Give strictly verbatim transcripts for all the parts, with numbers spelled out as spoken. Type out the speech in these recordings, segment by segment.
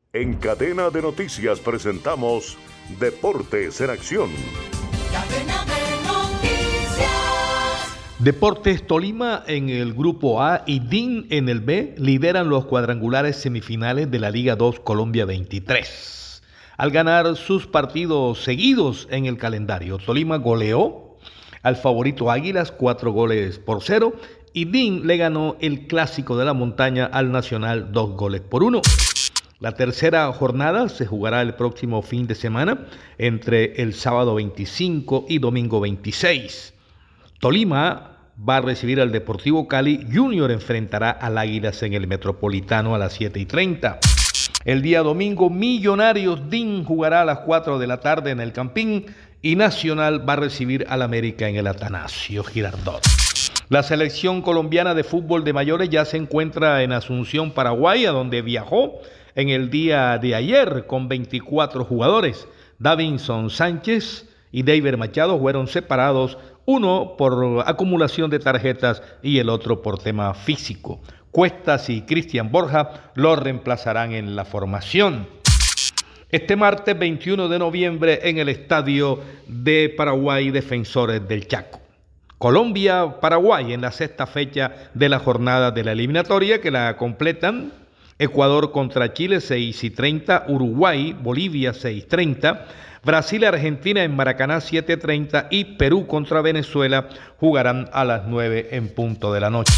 En Cadena de Noticias presentamos Deportes en Acción. Cadena de Noticias. Deportes Tolima en el grupo A y D I N en el B lideran los cuadrangulares semifinales de la Liga dos Colombia veintitrés. Al ganar sus partidos seguidos en el calendario, Tolima goleó al favorito Águilas cuatro goles por cero y D I N le ganó el clásico de la montaña al Nacional dos goles por uno. La tercera jornada se jugará el próximo fin de semana entre el sábado veinticinco y domingo veintiséis. Tolima va a recibir al Deportivo Cali. Junior enfrentará al Águilas en el Metropolitano a las siete y treinta. El día domingo, Millonarios D I N jugará a las cuatro de la tarde en el Campín y Nacional va a recibir al América en el Atanasio Girardot. La selección colombiana de fútbol de mayores ya se encuentra en Asunción, Paraguay, a donde viajó en el día de ayer con veinticuatro jugadores. Davinson Sánchez y David Machado fueron separados, uno por acumulación de tarjetas y el otro por tema físico. Cuestas y Cristian Borja lo reemplazarán en la formación. Este martes veintiuno de noviembre en el estadio de Paraguay, Defensores del Chaco. Colombia-Paraguay en la sexta fecha de la jornada de la eliminatoria, que la completan Ecuador contra Chile seis y treinta, Uruguay, Bolivia seis y treinta, Brasil-Argentina en Maracaná siete y treinta y Perú contra Venezuela jugarán a las nueve en punto de la noche.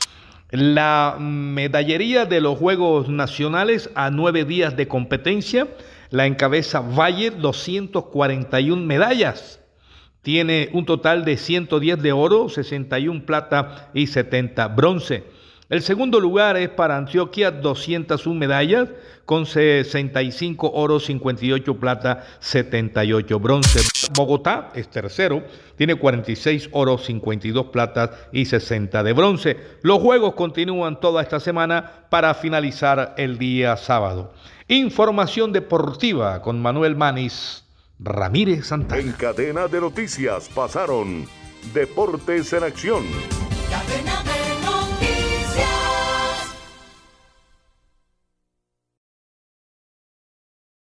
La medallería de los Juegos Nacionales a nueve días de competencia la encabeza Valle, doscientas cuarenta y una medallas. Tiene un total de ciento diez de oro, sesenta y una plata y setenta bronce. El segundo lugar es para Antioquia, doscientas una medallas, con sesenta y cinco oro, cincuenta y ocho plata, setenta y ocho bronce. Bogotá es tercero, tiene cuarenta y seis oro, cincuenta y dos platas y sesenta de bronce. Los juegos continúan toda esta semana para finalizar el día sábado. Información deportiva con Manuel Manis Ramírez Santana. En Cadena de Noticias pasaron Deportes en Acción. Cadena de